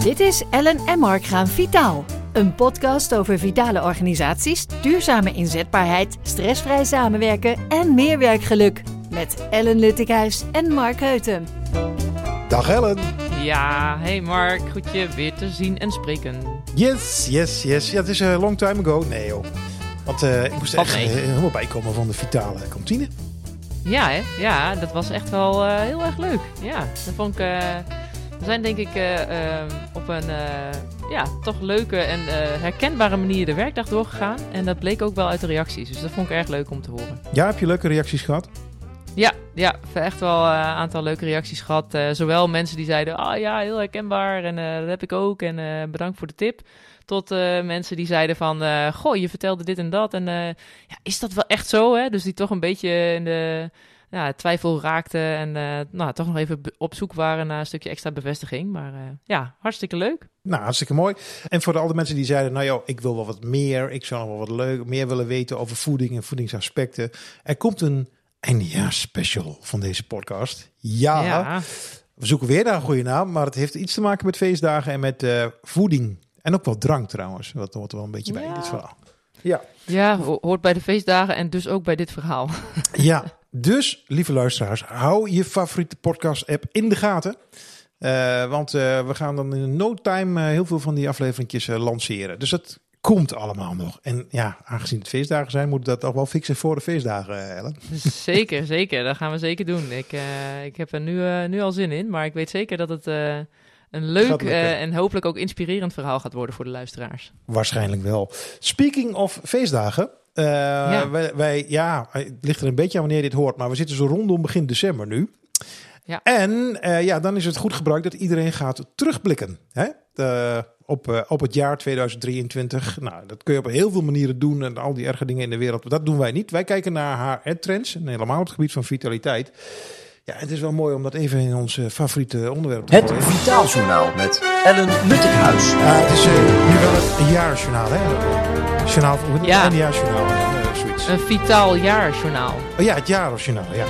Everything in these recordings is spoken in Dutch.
Dit is Ellen en Mark gaan vitaal. Een podcast over vitale organisaties, duurzame inzetbaarheid, stressvrij samenwerken en meer werkgeluk. Met Ellen Luttikhuis en Mark Heuten. Dag Ellen. Ja, hey Mark, goed je weer te zien en spreken. Yes. Ja, het is a long time ago. Nee joh. Want ik moest echt helemaal bijkomen van de vitale kantine. Ja, hè? Ja, dat was echt wel heel erg leuk. Ja, dat vond ik... we zijn denk ik op een toch leuke en herkenbare manier de werkdag doorgegaan. En dat bleek ook wel uit de reacties. Dus dat vond ik erg leuk om te horen. Ja, heb je leuke reacties gehad? Ja, echt wel een aantal leuke reacties gehad. Zowel mensen die zeiden, ja, heel herkenbaar en dat heb ik ook en bedankt voor de tip. Tot mensen die zeiden van, goh, je vertelde dit en dat. En is dat wel echt zo, hè? Dus die toch een beetje in de twijfel raakten en toch nog even op zoek waren naar een stukje extra bevestiging. Maar hartstikke leuk. Nou, hartstikke mooi. En voor de andere mensen die zeiden, nou joh, ik wil wel wat meer. Ik zou nog wel wat meer willen weten over voeding en voedingsaspecten. Er komt een eindejaarsspecial van deze podcast. Ja, we zoeken weer naar een goede naam, maar het heeft iets te maken met feestdagen en met voeding. En ook wel drank trouwens, dat hoort er wel een beetje bij in dit verhaal. Ja, hoort bij de feestdagen en dus ook bij dit verhaal. Ja, dus lieve luisteraars, hou je favoriete podcast-app in de gaten. Want we gaan dan in no time heel veel van die afleveringjes lanceren. Dus dat komt allemaal nog. En ja, aangezien het feestdagen zijn, moet dat toch wel fixen voor de feestdagen, Ellen. Zeker. Dat gaan we zeker doen. Ik heb er nu al zin in, maar ik weet zeker dat het een leuk en hopelijk ook inspirerend verhaal gaat worden voor de luisteraars. Waarschijnlijk wel. Speaking of feestdagen. Het ligt er een beetje aan wanneer je dit hoort, maar we zitten zo rondom begin december nu. Ja. En dan is het goed gebruik dat iedereen gaat terugblikken. Hè? Op het jaar 2023. Nou, dat kun je op heel veel manieren doen en al die erge dingen in de wereld. Dat doen wij niet. Wij kijken naar HR-trends en helemaal op het gebied van vitaliteit. Ja, het is wel mooi om dat even in ons favoriete onderwerp te gooien. Het Vitaaljournaal met Ellen Luttikhuis. Het is nu wel een jaarjournaal, hè? Journaal voor het eindejaarsjournaal. Zoiets. Een vitaal jaarjournaal. Oh ja, het jaarjournaal, ja.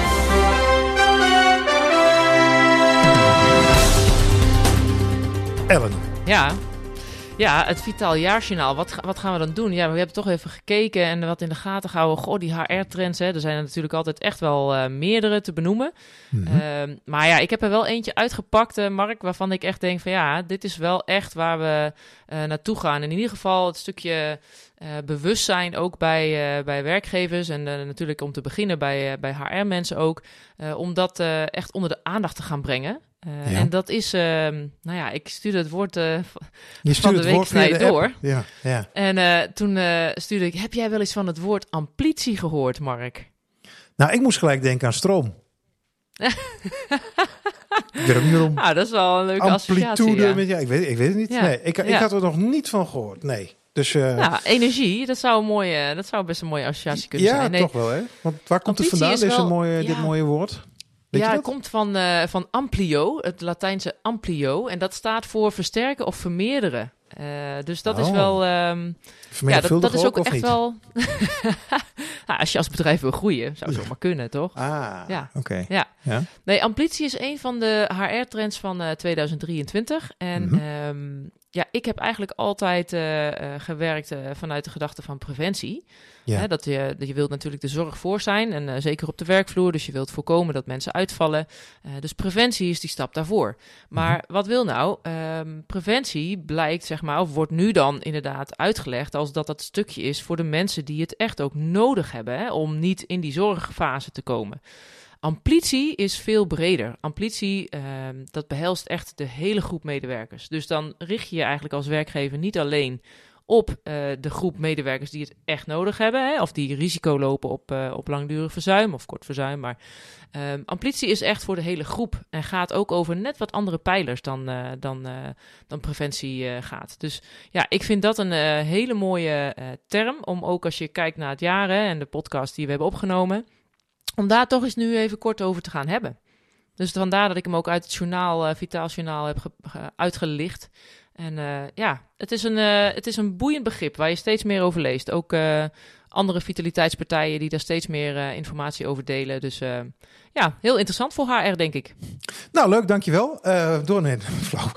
Ellen. Ja, het Vitaal Jaarjournaal. Wat gaan we dan doen? Ja, we hebben toch even gekeken en wat in de gaten gehouden. Goh, die HR-trends, hè. Er zijn er natuurlijk altijd echt wel meerdere te benoemen. Mm-hmm. Maar ja, ik heb er wel eentje uitgepakt, Mark, waarvan ik echt denk van ja, dit is wel echt waar we naartoe gaan. En in ieder geval het stukje bewustzijn ook bij werkgevers en natuurlijk om te beginnen bij HR-mensen ook. Om dat echt onder de aandacht te gaan brengen. En dat is, ik stuurde het woord van de week naar je door. Ja. En toen stuurde ik, heb jij wel eens van het woord amplitie gehoord, Mark? Nou, ik moest gelijk denken aan stroom. Dat is wel een leuke associatie. Ja. Ik weet het niet. Ja. Nee, ik had er nog niet van gehoord. Nee. Dus, energie, dat zou best een mooie associatie kunnen zijn. Ja, toch wel, hè? Want waar komt het vandaan, dit mooie woord? Het komt van amplio, het Latijnse amplio. En dat staat voor versterken of vermeerderen. Dus dat is wel... dat is ook echt niet? Wel... als je als bedrijf wil groeien, zou het ook maar kunnen, toch? Oké. Ja. Nee, amplitie is een van de HR-trends van 2023. En ik heb eigenlijk altijd gewerkt vanuit de gedachte van preventie. Ja. Hè, dat je wilt natuurlijk de zorg voor zijn en zeker op de werkvloer. Dus je wilt voorkomen dat mensen uitvallen. Dus preventie is die stap daarvoor. Maar wat wil nou? Preventie blijkt, zeg maar, of wordt nu dan inderdaad uitgelegd als dat stukje is voor de mensen die het echt ook nodig hebben, hè, om niet in die zorgfase te komen. Amplitie is veel breder. Amplitie, dat behelst echt de hele groep medewerkers. Dus dan richt je je eigenlijk als werkgever niet alleen op de groep medewerkers die het echt nodig hebben, hè, of die risico lopen op langdurig verzuim of kort verzuim. Maar amplitie is echt voor de hele groep en gaat ook over net wat andere pijlers dan preventie gaat. Dus ja, ik vind dat een hele mooie term om ook als je kijkt naar het jaar en de podcast die we hebben opgenomen, om daar toch eens nu even kort over te gaan hebben. Dus vandaar dat ik hem ook uit het journaal, Vitaal Journaal, heb uitgelicht. En het is een boeiend begrip waar je steeds meer over leest. Ook andere vitaliteitspartijen die daar steeds meer informatie over delen. Dus heel interessant voor HR, denk ik. Nou, leuk, dankjewel. Flauw.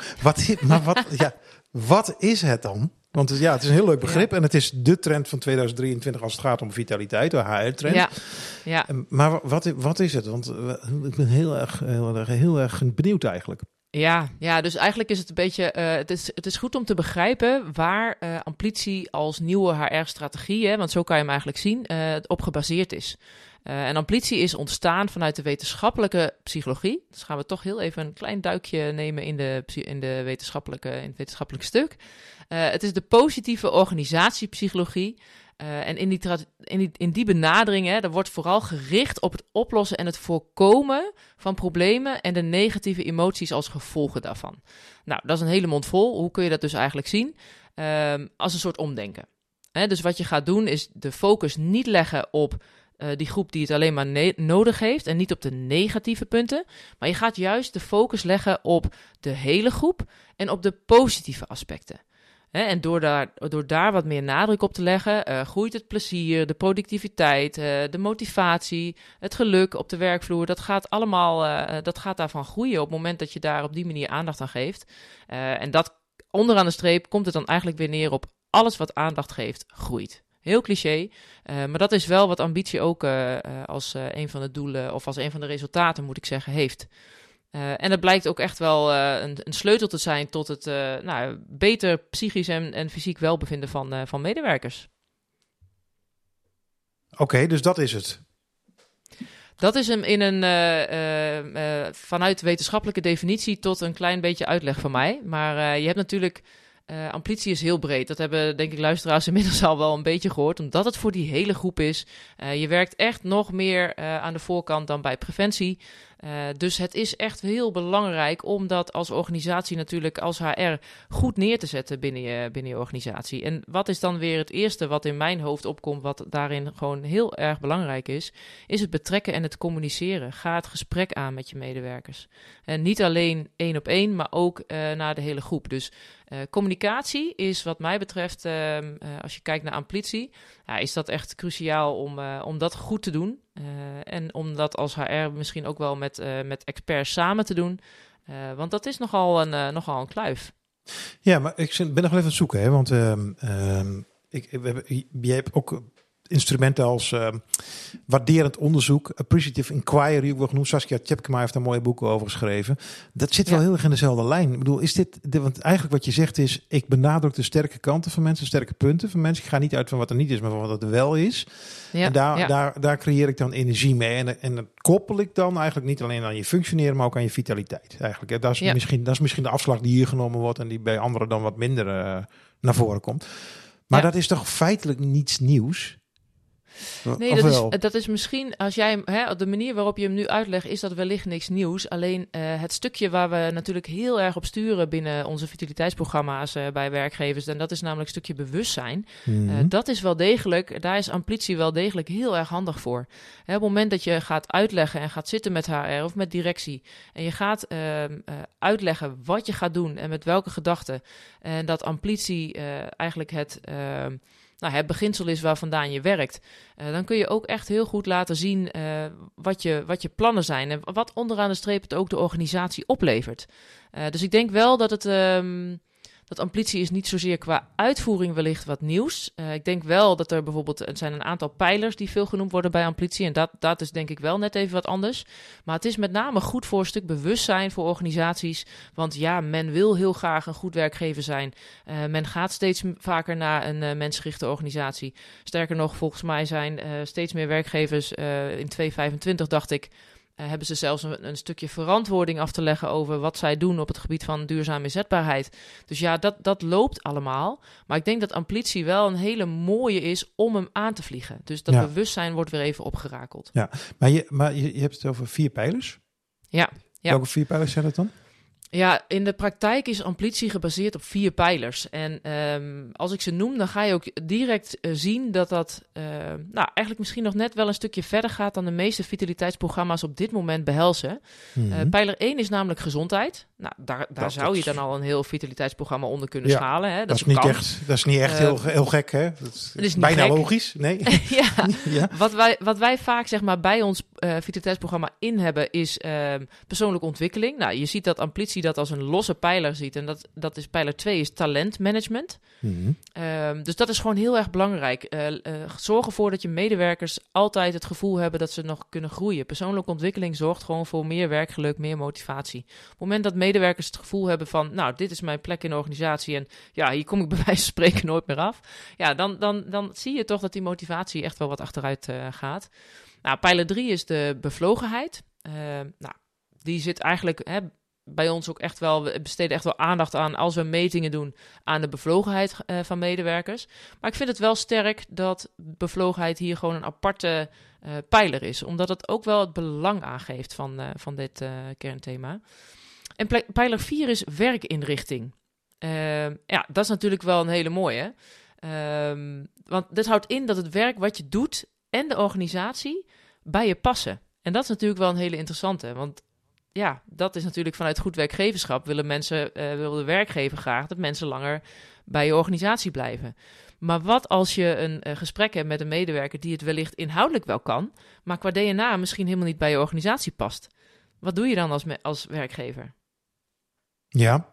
Wat is het dan? Want het is een heel leuk begrip en het is de trend van 2023 als het gaat om vitaliteit, de HR-trend. Ja. Maar wat is het? Want ik ben heel erg benieuwd eigenlijk. Ja, dus eigenlijk is het een beetje. Het is goed om te begrijpen waar Amplitie als nieuwe HR-strategie, want zo kan je hem eigenlijk zien, op gebaseerd is. En Amplitie is ontstaan vanuit de wetenschappelijke psychologie. Dus gaan we toch heel even een klein duikje nemen in het wetenschappelijke stuk. Het is de positieve organisatiepsychologie. En in die benadering, daar wordt vooral gericht op het oplossen en het voorkomen van problemen en de negatieve emoties als gevolgen daarvan. Nou, dat is een hele mond vol. Hoe kun je dat dus eigenlijk zien? Als een soort omdenken. Dus wat je gaat doen is de focus niet leggen op die groep die het alleen maar nodig heeft en niet op de negatieve punten. Maar je gaat juist de focus leggen op de hele groep en op de positieve aspecten. En door daar wat meer nadruk op te leggen, groeit het plezier, de productiviteit, de motivatie, het geluk op de werkvloer. Dat gaat allemaal, dat gaat daarvan groeien op het moment dat je daar op die manier aandacht aan geeft. En dat onderaan de streep komt het dan eigenlijk weer neer op alles wat aandacht geeft, groeit. Heel cliché, maar dat is wel wat Ambitie ook als een van de doelen of als een van de resultaten, moet ik zeggen, heeft. En dat blijkt ook echt wel een sleutel te zijn tot het beter psychisch en fysiek welbevinden van medewerkers. Oké, dus dat is het. Dat is hem in vanuit wetenschappelijke definitie tot een klein beetje uitleg van mij. Maar je hebt natuurlijk, Amplitie is heel breed. Dat hebben denk ik luisteraars inmiddels al wel een beetje gehoord. Omdat het voor die hele groep is. Je werkt echt nog meer aan de voorkant dan bij preventie. Dus het is echt heel belangrijk om dat als organisatie natuurlijk als HR goed neer te zetten binnen je organisatie. En wat is dan weer het eerste wat in mijn hoofd opkomt, wat daarin gewoon heel erg belangrijk is het betrekken en het communiceren. Ga het gesprek aan met je medewerkers. En niet alleen 1 op 1, maar ook naar de hele groep. Dus communicatie is wat mij betreft, als je kijkt naar Amplitie, is dat echt cruciaal om dat goed te doen. En om dat als HR misschien ook wel met experts samen te doen. Want dat is nogal een kluif. Ja, maar ik ben nog wel even aan het zoeken. Hè, want je hebt ook instrumenten als waarderend onderzoek, appreciative inquiry, wordt genoemd. Saskia Tjepkema heeft daar mooie boeken over geschreven. Dat zit wel heel erg in dezelfde lijn. Ik bedoel, want eigenlijk wat je zegt is, ik benadruk de sterke kanten van mensen, de sterke punten van mensen. Ik ga niet uit van wat er niet is, maar van wat er wel is. Ja, en daar creëer ik dan energie mee. En dat koppel ik dan eigenlijk niet alleen aan je functioneren, maar ook aan je vitaliteit. Eigenlijk. Hè. Dat is misschien de afslag die hier genomen wordt en die bij anderen dan wat minder naar voren komt. Maar dat is toch feitelijk niets nieuws? Nee, dat is misschien, als jij de manier waarop je hem nu uitlegt, is dat wellicht niks nieuws. Alleen het stukje waar we natuurlijk heel erg op sturen binnen onze vitaliteitsprogramma's bij werkgevers, en dat is namelijk een stukje bewustzijn. Dat is wel degelijk, daar is Amplitie wel degelijk heel erg handig voor. Op het moment dat je gaat uitleggen en gaat zitten met HR of met directie, en je gaat uitleggen wat je gaat doen en met welke gedachten, en dat Amplitie eigenlijk het beginsel is waar vandaan je werkt, dan kun je ook echt heel goed laten zien wat je plannen zijn en wat onderaan de streep het ook de organisatie oplevert. Dus ik denk wel dat dat Amplitie is niet zozeer qua uitvoering wellicht wat nieuws. Ik denk wel dat er bijvoorbeeld, er zijn een aantal pijlers die veel genoemd worden bij Amplitie. En dat is denk ik wel net even wat anders. Maar het is met name goed voor een stuk bewustzijn voor organisaties. Want ja, men wil heel graag een goed werkgever zijn. Men gaat steeds vaker naar een mensgerichte organisatie. Sterker nog, volgens mij zijn steeds meer werkgevers in 2025, dacht ik, hebben ze zelfs een stukje verantwoording af te leggen over wat zij doen op het gebied van duurzame inzetbaarheid. Dus ja, dat loopt allemaal. Maar ik denk dat Amplitie wel een hele mooie is om hem aan te vliegen. Dus dat bewustzijn wordt weer even opgerakeld. Ja, maar je hebt het over 4 pijlers? Ja. Welke 4 pijlers zijn dat dan? Ja, in de praktijk is amplitie gebaseerd op 4 pijlers. En als ik ze noem, dan ga je ook direct zien dat eigenlijk misschien nog net wel een stukje verder gaat dan de meeste vitaliteitsprogramma's op dit moment behelzen. Pijler 1 is namelijk gezondheid. Nou, daar zou je dan al een heel vitaliteitsprogramma onder kunnen schalen. Hè? Dat is niet echt heel gek, hè? Dat is bijna gek. Logisch, nee? Ja. Wat wij vaak zeg maar bij ons vitaliteitsprogramma in hebben is persoonlijke ontwikkeling. Nou, je ziet dat amplitie dat als een losse pijler ziet. En dat is pijler 2 is talentmanagement. Dus dat is gewoon heel erg belangrijk. Zorg ervoor dat je medewerkers altijd het gevoel hebben dat ze nog kunnen groeien. Persoonlijke ontwikkeling zorgt gewoon voor meer werkgeluk, meer motivatie. Op het moment dat medewerkers het gevoel hebben van, nou, dit is mijn plek in de organisatie en ja, hier kom ik bij wijze van spreken nooit meer af. Ja, dan zie je toch dat die motivatie echt wel wat achteruit gaat. Nou, pijler 3 is de bevlogenheid. Die zit eigenlijk bij ons ook echt wel, we besteden echt wel aandacht aan als we metingen doen aan de bevlogenheid van medewerkers. Maar ik vind het wel sterk dat bevlogenheid hier gewoon een aparte pijler is, omdat het ook wel het belang aangeeft van dit kernthema. En pijler 4 is werkinrichting. Dat is natuurlijk wel een hele mooie. Want dit houdt in dat het werk wat je doet en de organisatie bij je passen. En dat is natuurlijk wel een hele interessante, want ja, dat is natuurlijk vanuit goed werkgeverschap wil de werkgever graag dat mensen langer bij je organisatie blijven. Maar wat als je een gesprek hebt met een medewerker die het wellicht inhoudelijk wel kan, maar qua DNA misschien helemaal niet bij je organisatie past? Wat doe je dan als werkgever? Ja,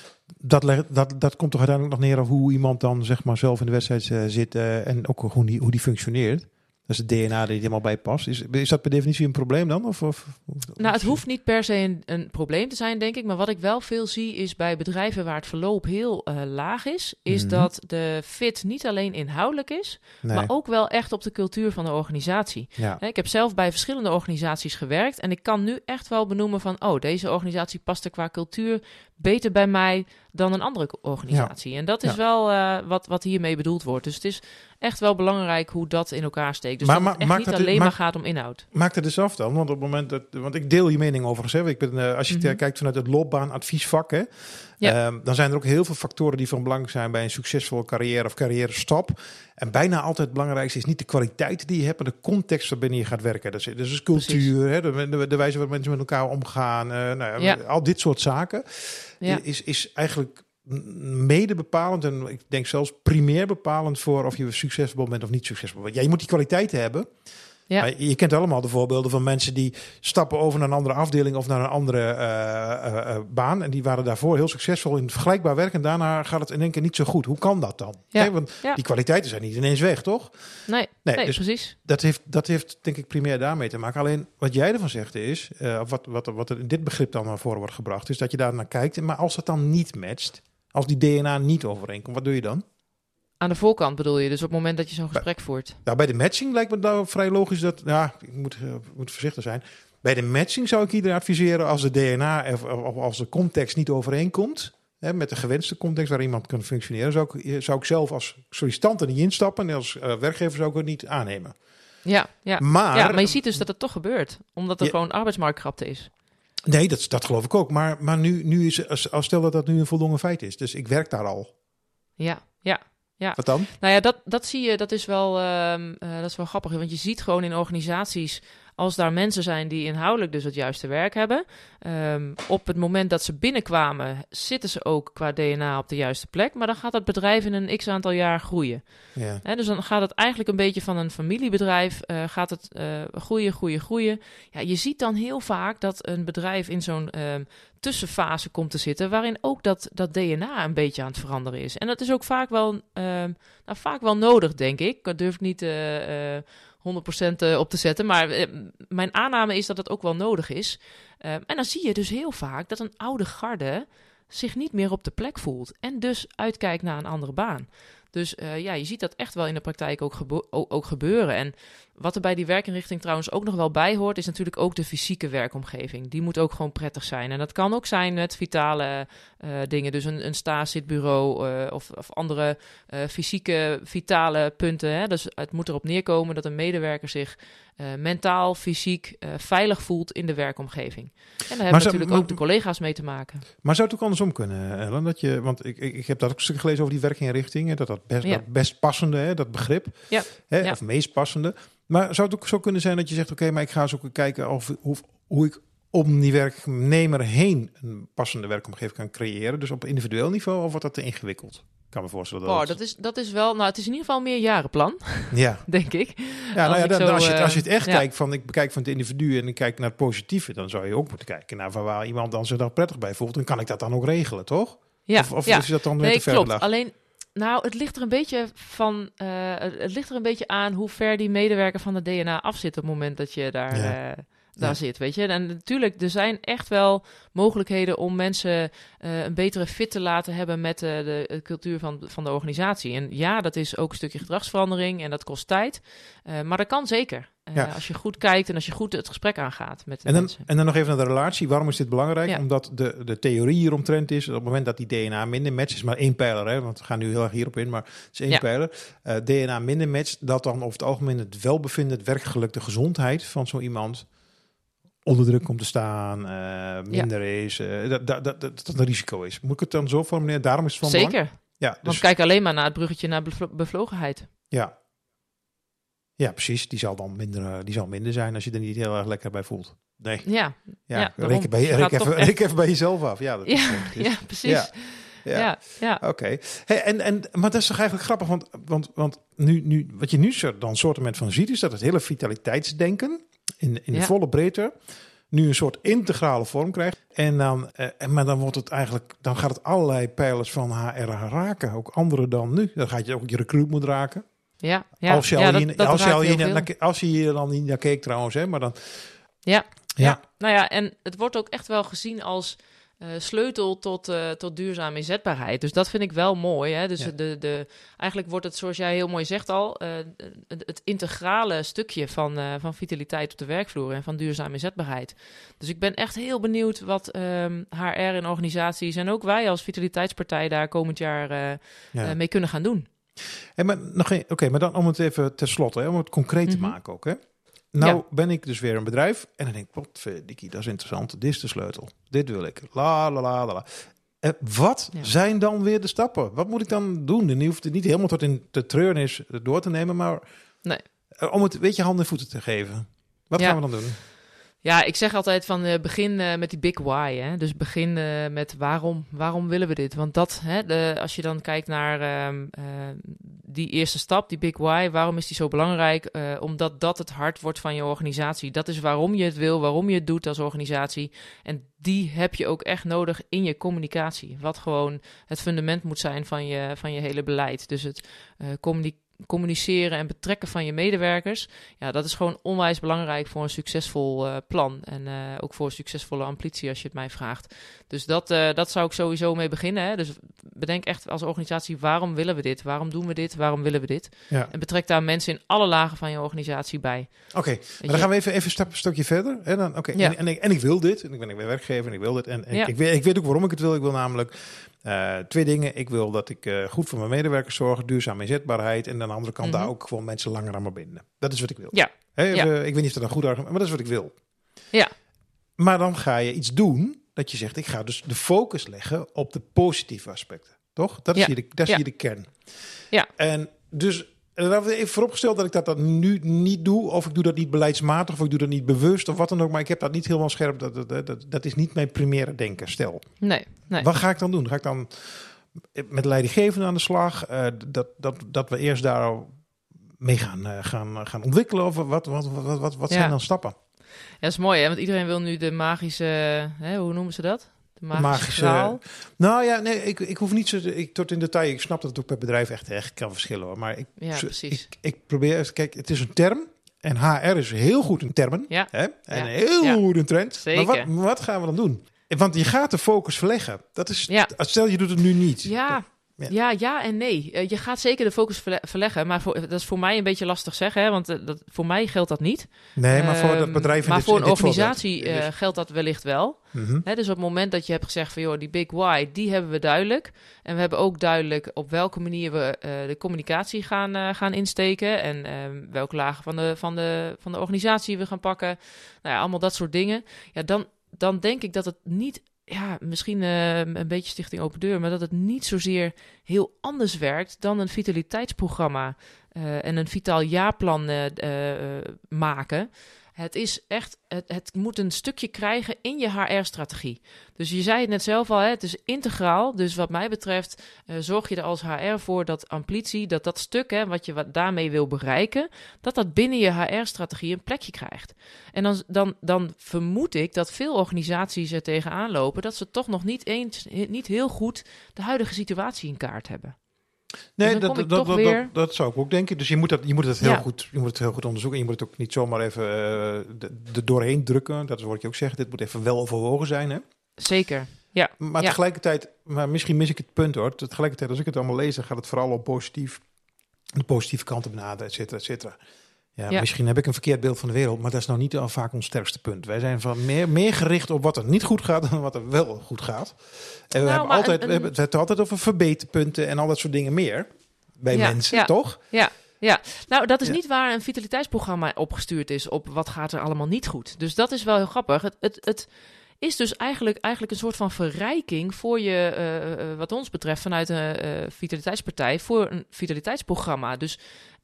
dat komt toch uiteindelijk nog neer op hoe iemand dan zeg maar zelf in de wedstrijd zit en ook hoe die functioneert. Dat is het DNA die helemaal bij past. Is dat per definitie een probleem dan? Nou, het hoeft niet per se een probleem te zijn, denk ik. Maar wat ik wel veel zie is bij bedrijven waar het verloop heel laag is dat de fit niet alleen inhoudelijk is, maar ook wel echt op de cultuur van de organisatie. Ja. Ik heb zelf bij verschillende organisaties gewerkt en ik kan nu echt wel benoemen van, deze organisatie past er qua cultuur beter bij mij dan een andere organisatie. Ja. En dat is wel wat hiermee bedoeld wordt. Dus het is echt wel belangrijk hoe dat in elkaar steekt. Dus dat het echt niet alleen maar gaat om inhoud. Maak het dus af dan, want op het moment want ik deel je mening overigens. Hè. Ik ben, als je kijkt vanuit het loopbaanadviesvak, hè, dan zijn er ook heel veel factoren die van belang zijn bij een succesvolle carrière of carrière-stap. En bijna altijd het belangrijkste is niet de kwaliteit die je hebt, maar de context waarbinnen je gaat werken. Dus cultuur, hè, de wijze waarop mensen met elkaar omgaan, al dit soort zaken is eigenlijk mede bepalend en ik denk zelfs primair bepalend voor of je succesvol bent of niet succesvol bent. Ja, je moet die kwaliteiten hebben. Ja. Maar je kent allemaal de voorbeelden van mensen die stappen over naar een andere afdeling of naar een andere baan. En die waren daarvoor heel succesvol in vergelijkbaar werk. En daarna gaat het in één keer niet zo goed. Hoe kan dat dan? Ja. Want die kwaliteiten zijn niet ineens weg, toch? Nee, dus precies. Dat heeft denk ik primair daarmee te maken. Alleen wat jij ervan zegt is, wat er in dit begrip dan naar voren wordt gebracht, is dat je daar naar kijkt. Maar als dat dan niet matcht, als die DNA niet overeenkomt, wat doe je dan? Aan de voorkant bedoel je, dus op het moment dat je zo'n gesprek voert? Nou, bij de matching lijkt me nou vrij logisch dat, ik moet voorzichtig zijn. Bij de matching zou ik iedereen adviseren als de DNA of als de context niet overeenkomt, hè, met de gewenste context waar iemand kan functioneren, zou ik zelf als sollicitant er niet instappen en als werkgever zou ik het niet aannemen. Ja. Maar je ziet dus dat het toch gebeurt, omdat er gewoon arbeidsmarktkrapte is. Nee, dat geloof ik ook. Maar nu is, als stel dat nu een voldongen feit is, dus ik werk daar al. Ja. Wat dan? Nou ja, dat zie je, dat is wel grappig. Want je ziet gewoon in organisaties, als daar mensen zijn die inhoudelijk dus het juiste werk hebben, op het moment dat ze binnenkwamen, zitten ze ook qua DNA op de juiste plek. Maar dan gaat het bedrijf in een x-aantal jaar groeien. Ja. Dus dan gaat het eigenlijk een beetje van een familiebedrijf, gaat het groeien. Ja, je ziet dan heel vaak dat een bedrijf in zo'n tussenfase komt te zitten, waarin ook dat DNA een beetje aan het veranderen is. En dat is ook vaak wel nodig, denk ik. Dat durf ik niet 100% op te zetten, maar mijn aanname is dat het ook wel nodig is. En dan zie je dus heel vaak dat een oude garde zich niet meer op de plek voelt en dus uitkijkt naar een andere baan. Dus je ziet dat echt wel in de praktijk ook gebeuren. En Wat er bij die werkinrichting trouwens ook nog wel bij hoort, is natuurlijk ook de fysieke werkomgeving. Die moet ook gewoon prettig zijn. En dat kan ook zijn met vitale dingen. Dus een sta-zitbureau of andere fysieke, vitale punten. Hè? Dus het moet erop neerkomen dat een medewerker zich mentaal, fysiek veilig voelt in de werkomgeving. En daar hebben natuurlijk ook de collega's mee te maken. Maar zou het ook andersom kunnen, Ellen? Want ik heb dat ook een stuk gelezen over die werkinrichting. Dat best passende, hè, dat begrip. Ja. Hè, of meest passende. Maar zou het ook zo kunnen zijn dat je zegt, oké, maar ik ga eens ook kijken hoe ik om die werknemer heen een passende werkomgeving kan creëren. Dus op individueel niveau, of wordt dat te ingewikkeld? Ik kan me voorstellen dat is wel... Nou, het is in ieder geval een meerjarenplan, denk ik. Ja, als je het echt kijkt, ik bekijk van het individu en ik kijk naar het positieve, dan zou je ook moeten kijken naar van waar iemand dan zich daar prettig bij voelt. En kan ik dat dan ook regelen, toch? Ja. Of is dat dan weer te ver? Klopt. Alleen, het ligt er een beetje aan hoe ver die medewerker van de DNA af zit op het moment dat je daar zit, weet je. En natuurlijk, er zijn echt wel mogelijkheden om mensen een betere fit te laten hebben met de cultuur van de organisatie. En ja, dat is ook een stukje gedragsverandering en dat kost tijd. Maar dat kan zeker. Als je goed kijkt en als je goed het gesprek aangaat met de mensen. En dan nog even naar de relatie. Waarom is dit belangrijk? Ja. Omdat de theorie hieromtrent is, op het moment dat die DNA minder matcht, is maar één pijler, hè? Want we gaan nu heel erg hierop in, maar het is één pijler. DNA minder matcht, dat dan over het algemeen het welbevinden, het werkgeluk, de gezondheid van zo iemand onder druk komt te staan, minder is, dat een risico is. Moet ik het dan zo formuleren? Daarom is het van belang? Zeker. Ja, dus want kijk alleen maar naar het bruggetje naar bevlogenheid. Ja, precies. Die zal minder zijn als je er niet heel erg lekker bij voelt. Nee. Ja. Reken even bij jezelf af. Ja, dat is precies. Ja. Oké. Hey, maar dat is toch eigenlijk grappig, want nu wat je nu dan soortement van ziet, is dat het hele vitaliteitsdenken in de volle breedte nu een soort integrale vorm krijgt. En maar dan wordt het eigenlijk, dan gaat het allerlei pijlers van HR raken, ook andere dan nu. Dan gaat je ook je recruit moet raken. Ja. Als je hier dan niet naar keek trouwens, hè, maar dan. Ja. Nou ja, en het wordt ook echt wel gezien als sleutel tot duurzame inzetbaarheid. Dus dat vind ik wel mooi. Hè? Dus eigenlijk wordt het, zoals jij heel mooi zegt al, het integrale stukje van vitaliteit op de werkvloer en van duurzame inzetbaarheid. Dus ik ben echt heel benieuwd wat HR en organisaties en ook wij als vitaliteitspartij daar komend jaar mee kunnen gaan doen. Hey, maar dan om het even tenslotte, om het concreet te maken ook, hè? Ben ik dus weer een bedrijf en dan denk ik, potverdikkie, dat is interessant. Dit is de sleutel. Dit wil ik. La. Wat zijn dan weer de stappen? Wat moet ik dan doen? En je hoeft het niet helemaal tot in de treurnis door te nemen, maar om het een beetje handen en voeten te geven. Wat gaan we dan doen? Ja, ik zeg altijd van begin met die big why. Hè? Dus begin met waarom willen we dit? Want dat, als je dan kijkt naar die eerste stap, die big why, waarom is die zo belangrijk? Omdat dat het hart wordt van je organisatie. Dat is waarom je het wil, waarom je het doet als organisatie. En die heb je ook echt nodig in je communicatie. Wat gewoon het fundament moet zijn van je hele beleid. Dus het communiceren en betrekken van je medewerkers. Ja, dat is gewoon onwijs belangrijk voor een succesvol plan. En ook voor een succesvolle ambitie, als je het mij vraagt. Dus dat zou ik sowieso mee beginnen. Hè? Dus bedenk echt als organisatie, waarom willen we dit? Waarom doen we dit? Waarom willen we dit? Ja. En betrek daar mensen in alle lagen van je organisatie bij. Oké, maar dan gaan we even een stukje verder. Hè? En ik wil dit. En ik ben werkgever en ik wil dit. En ik weet ook waarom ik het wil. Ik wil namelijk 2 dingen. Ik wil dat ik goed voor mijn medewerkers zorg, duurzame inzetbaarheid. En aan de andere kant daar ook gewoon mensen langer aan me binden. Dat is wat ik wil. Ja. Ik weet niet of dat een goed argument is, maar dat is wat ik wil. Ja. Maar dan ga je iets doen dat je zegt, ik ga dus de focus leggen op de positieve aspecten. Toch? Dat is hier de kern. Ja. En dus dan hebben we even vooropgesteld dat ik dat nu niet doe, of ik doe dat niet beleidsmatig, of ik doe dat niet bewust, of wat dan ook. Maar ik heb dat niet helemaal scherp. Dat is niet mijn primaire denken. Stel. Nee. Wat ga ik dan doen? Ga ik dan met leidinggevenden aan de slag? Dat we eerst daar mee gaan ontwikkelen? Of wat zijn dan stappen? Ja, dat is mooi, hè? Want iedereen wil nu de magische, hoe noemen ze dat? De magische straal. Nou ja, nee, ik hoef niet zo tot in detail. Ik snap dat het ook per bedrijf echt kan verschillen, hoor. Maar ik probeer, kijk, het is een term. En HR is heel goed in termen. Ja. Hè? En heel goed in trend. Zeker. Maar wat gaan we dan doen? Want je gaat de focus verleggen. Dat is, stel je doet het nu niet. Ja. Ja en nee. Je gaat zeker de focus verleggen, maar dat is voor mij een beetje lastig zeggen, hè, want voor mij geldt dat niet. Nee, maar voor dat bedrijf maar voor een organisatie geldt dat wellicht wel. Mm-hmm. Dus op het moment dat je hebt gezegd van, joh, die big why, die hebben we duidelijk. En we hebben ook duidelijk op welke manier we de communicatie gaan insteken en welke lagen van de organisatie we gaan pakken. Nou ja, allemaal dat soort dingen. Ja, dan denk ik dat het niet... Ja, misschien een beetje Stichting Open Deur, maar dat het niet zozeer heel anders werkt dan een vitaliteitsprogramma en een vitaal jaarplan maken. Het is echt, het moet een stukje krijgen in je HR-strategie. Dus je zei het net zelf al, het is integraal. Dus wat mij betreft zorg je er als HR voor dat ambitie, dat stuk wat je daarmee wil bereiken, dat binnen je HR-strategie een plekje krijgt. En dan vermoed ik dat veel organisaties er tegenaan lopen dat ze toch nog niet heel goed de huidige situatie in kaart hebben. Nee, dat zou ik ook denken. Dus je moet het heel goed onderzoeken. Je moet het ook niet zomaar even er doorheen drukken. Dat is wat ik ook zeg. Dit moet even wel overwogen zijn. Hè? Zeker, ja. Maar tegelijkertijd, maar misschien mis ik het punt hoor. Tegelijkertijd, als ik het allemaal lees, dan gaat het vooral op de positieve kanten benaderen, et cetera, et cetera. Ja, misschien heb ik een verkeerd beeld van de wereld, maar dat is nou niet al vaak ons sterkste punt. Wij zijn van meer gericht op wat er niet goed gaat dan wat er wel goed gaat. En we hebben het altijd over verbeterpunten en al dat soort dingen meer bij mensen, toch? Ja, nou dat is niet waar een vitaliteitsprogramma opgestuurd is op wat gaat er allemaal niet goed. Dus dat is wel heel grappig. Het is dus eigenlijk een soort van verrijking voor je, wat ons betreft, vanuit een vitaliteitspartij, voor een vitaliteitsprogramma. Dus,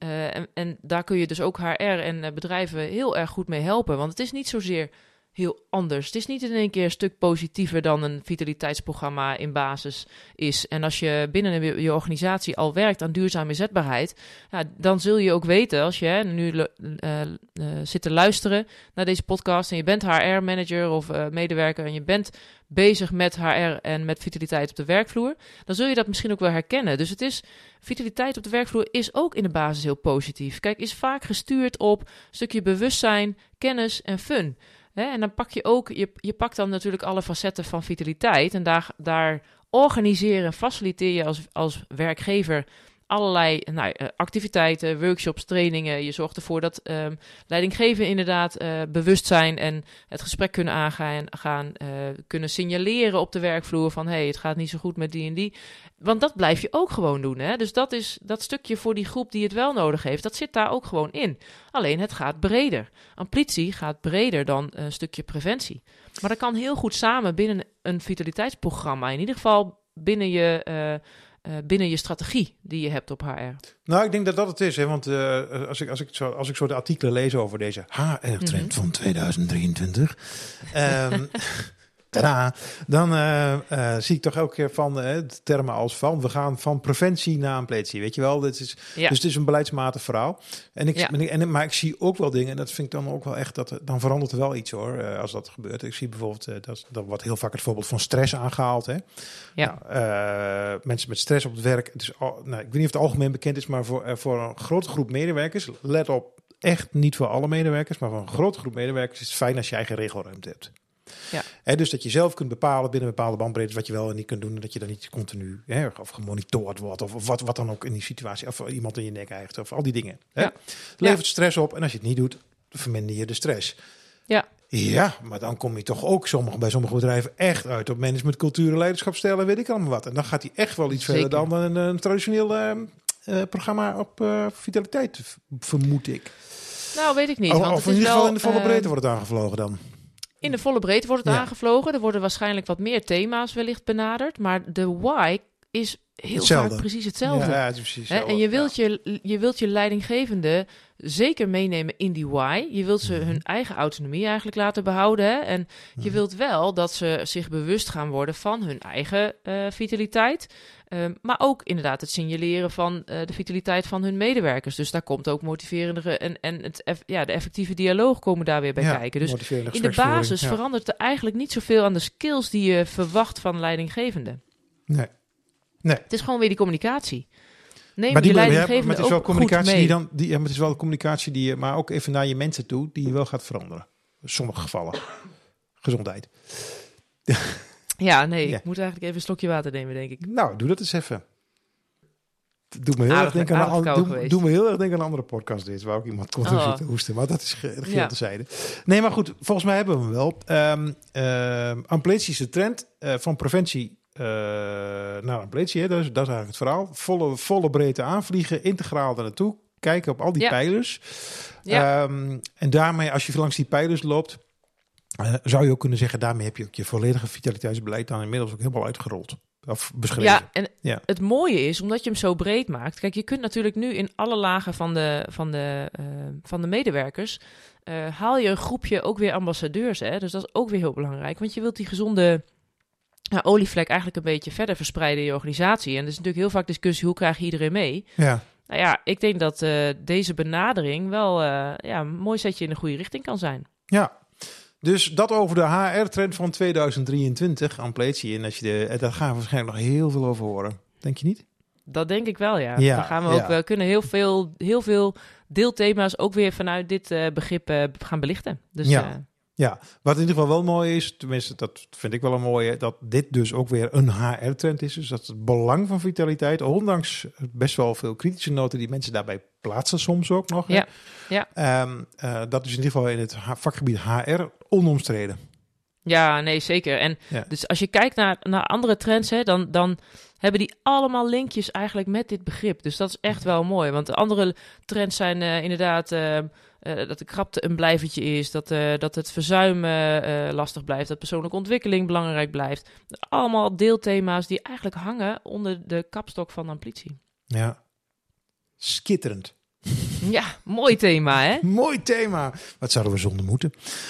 en daar kun je dus ook HR en bedrijven heel erg goed mee helpen. Want het is niet zozeer heel anders. Het is niet in één keer een stuk positiever dan een vitaliteitsprogramma in basis is. En als je binnen je organisatie al werkt aan duurzame inzetbaarheid, dan zul je ook weten, als je nu zit te luisteren naar deze podcast en je bent HR-manager of medewerker en je bent bezig met HR en met vitaliteit op de werkvloer, dan zul je dat misschien ook wel herkennen. Dus vitaliteit op de werkvloer is ook in de basis heel positief. Kijk, is vaak gestuurd op een stukje bewustzijn, kennis en fun. En dan pak je ook, je pakt dan natuurlijk alle facetten van vitaliteit en daar organiseren en faciliteer je als werkgever allerlei activiteiten, workshops, trainingen. Je zorgt ervoor dat leidinggevenden inderdaad bewust zijn en het gesprek kunnen aangaan, kunnen signaleren op de werkvloer van het gaat niet zo goed met die en die. Want dat blijf je ook gewoon doen. Hè? Dus dat is dat stukje voor die groep die het wel nodig heeft, dat zit daar ook gewoon in. Alleen het gaat breder. Ambitie gaat breder dan een stukje preventie. Maar dat kan heel goed samen binnen een vitaliteitsprogramma. In ieder geval binnen je strategie die je hebt op HR. Nou, ik denk dat het is. Hè? Want als ik zo de artikelen lees over deze HR-trend van 2023... dan zie ik toch elke keer van termen als van we gaan van preventie naar ambitie, weet je wel. Dus het is een beleidsmatig verhaal. Maar ik zie ook wel dingen en dat vind ik dan ook wel echt dan verandert er wel iets hoor, als dat gebeurt. Ik zie bijvoorbeeld dat wordt heel vaak het voorbeeld van stress aangehaald. Hè? Ja. Nou, mensen met stress op het werk. Ik weet niet of het algemeen bekend is, maar voor een grote groep medewerkers, let op, echt niet voor alle medewerkers, maar voor een grote groep medewerkers is het fijn als je eigen regelruimte hebt. Ja. Dus dat je zelf kunt bepalen binnen bepaalde bandbreedtes wat je wel en niet kunt doen. En dat je dan niet continu of gemonitord wordt. Of wat dan ook in die situatie. Of iemand in je nek hijgt. Of al die dingen. Ja. Het levert stress op. En als je het niet doet, verminder je de stress. Ja, maar dan kom je toch ook bij sommige bedrijven echt uit op management, cultuur, leiderschapsstijlen, weet ik allemaal wat. En dan gaat hij echt wel iets verder dan een traditioneel programma op vitaliteit, vermoed ik. Nou, weet ik niet. Of in ieder geval in de volle breedte wordt het aangevlogen dan. In de volle breedte wordt het aangevlogen. Er worden waarschijnlijk wat meer thema's wellicht benaderd. Maar de why is heel vaak precies hetzelfde. Ja, het is precies hetzelfde. En je wilt je leidinggevende zeker meenemen in die why. Je wilt ze hun eigen autonomie eigenlijk laten behouden. Hè? En je wilt wel dat ze zich bewust gaan worden van hun eigen vitaliteit. Maar ook inderdaad het signaleren van de vitaliteit van hun medewerkers. Dus daar komt ook motiverende en de effectieve dialoog komen daar weer bij kijken. Dus in de basis verandert er eigenlijk niet zoveel aan de skills die je verwacht van leidinggevenden. Nee. Het is gewoon weer die communicatie. Neem maar je leidinggevende het is wel ook communicatie goed mee. het is wel de communicatie die je, maar ook even naar je mensen toe, die je wel gaat veranderen. In sommige gevallen. Gezondheid. Ja, nee, ik moet eigenlijk even een slokje water nemen, denk ik. Nou, doe dat eens even. Doe me heel erg denken aan een andere podcast dit, waar ook iemand kon zitten hoesten. Maar dat is geheel terzijde. Nee, maar goed, volgens mij hebben we hem wel. Ampletie is de trend van preventie naar ampletie. Hè? Dat is eigenlijk het verhaal. Volle breedte aanvliegen, integraal er naartoe. Kijken op al die pijlers. Ja. En daarmee, als je langs die pijlers loopt, zou je ook kunnen zeggen, daarmee heb je ook je volledige vitaliteitsbeleid dan inmiddels ook helemaal uitgerold. Of beschreven. Het mooie is, omdat je hem zo breed maakt. Kijk, je kunt natuurlijk nu in alle lagen van de medewerkers haal je een groepje ook weer ambassadeurs. Hè? Dus dat is ook weer heel belangrijk. Want je wilt die gezonde olievlek eigenlijk een beetje verder verspreiden in je organisatie. En er is natuurlijk heel vaak discussie, hoe krijg je iedereen mee? Ja. Nou ja, ik denk dat deze benadering wel een mooi zetje in de goede richting kan zijn. Ja. Dus dat over de HR-trend van 2023, ampletie. En daar gaan we waarschijnlijk nog heel veel over horen. Denk je niet? Dat denk ik wel, ja. Daar gaan we ook. We kunnen heel veel deelthema's ook weer vanuit dit begrip gaan belichten. Dus, ja, wat in ieder geval wel mooi is, tenminste dat vind ik wel een mooie, dat dit dus ook weer een HR-trend is. Dus dat het belang van vitaliteit, ondanks best wel veel kritische noten die mensen daarbij plaatsen soms ook nog. Ja. Dat is in ieder geval in het vakgebied HR onomstreden. Ja, nee, zeker. En dus als je kijkt naar andere trends, hè, dan hebben die allemaal linkjes eigenlijk met dit begrip. Dus dat is echt wel mooi. Want de andere trends zijn inderdaad dat de krapte een blijvertje is, dat het verzuim lastig blijft, dat persoonlijke ontwikkeling belangrijk blijft. Allemaal deelthema's die eigenlijk hangen onder de kapstok van amplitie. Ja, schitterend. Ja, mooi thema, hè? Mooi thema. Wat zouden we zonder moeten?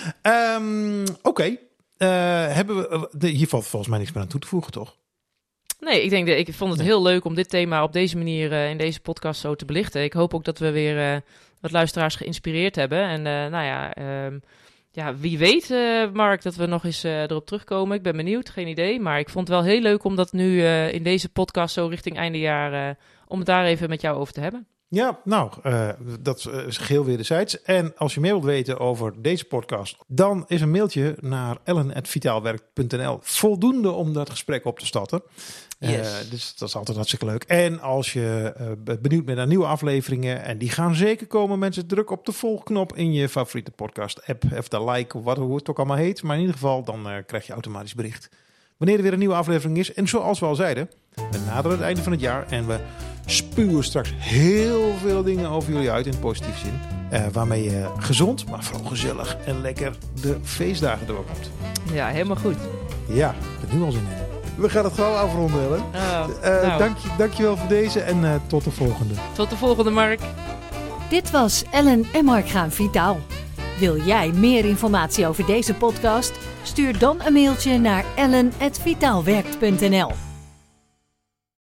Oké. Hebben we hier valt volgens mij niks meer aan toe te voegen, toch? Nee, ik vond het heel leuk om dit thema op deze manier in deze podcast zo te belichten. Ik hoop ook dat we weer wat luisteraars geïnspireerd hebben. En wie weet, Mark, dat we nog eens erop terugkomen. Ik ben benieuwd, geen idee. Maar ik vond het wel heel leuk om dat nu in deze podcast zo richting einde jaar, om het daar even met jou over te hebben. Ja, nou, dat is geheel wederzijds. En als je meer wilt weten over deze podcast, dan is een mailtje naar ellen@vitaalwerk.nl voldoende om dat gesprek op te starten. Yes. Dus dat is altijd hartstikke leuk. En als je benieuwd bent naar nieuwe afleveringen, en die gaan zeker komen, mensen, druk op de volgknop in je favoriete podcast-app. Of de like, of hoe het ook allemaal heet. Maar in ieder geval, dan krijg je automatisch bericht wanneer er weer een nieuwe aflevering is. En zoals we al zeiden, we naderen het einde van het jaar en we spuwen straks heel veel dingen over jullie uit in positieve zin. Waarmee je gezond, maar vooral gezellig en lekker de feestdagen doorkomt. Ja, helemaal goed. Ja, ik heb nu al zin in. We gaan het gauw afronden, Ellen. Dankjewel voor deze en tot de volgende. Tot de volgende, Mark. Dit was Ellen en Mark gaan vitaal. Wil jij meer informatie over deze podcast? Stuur dan een mailtje naar ellen@vitaalwerkt.nl.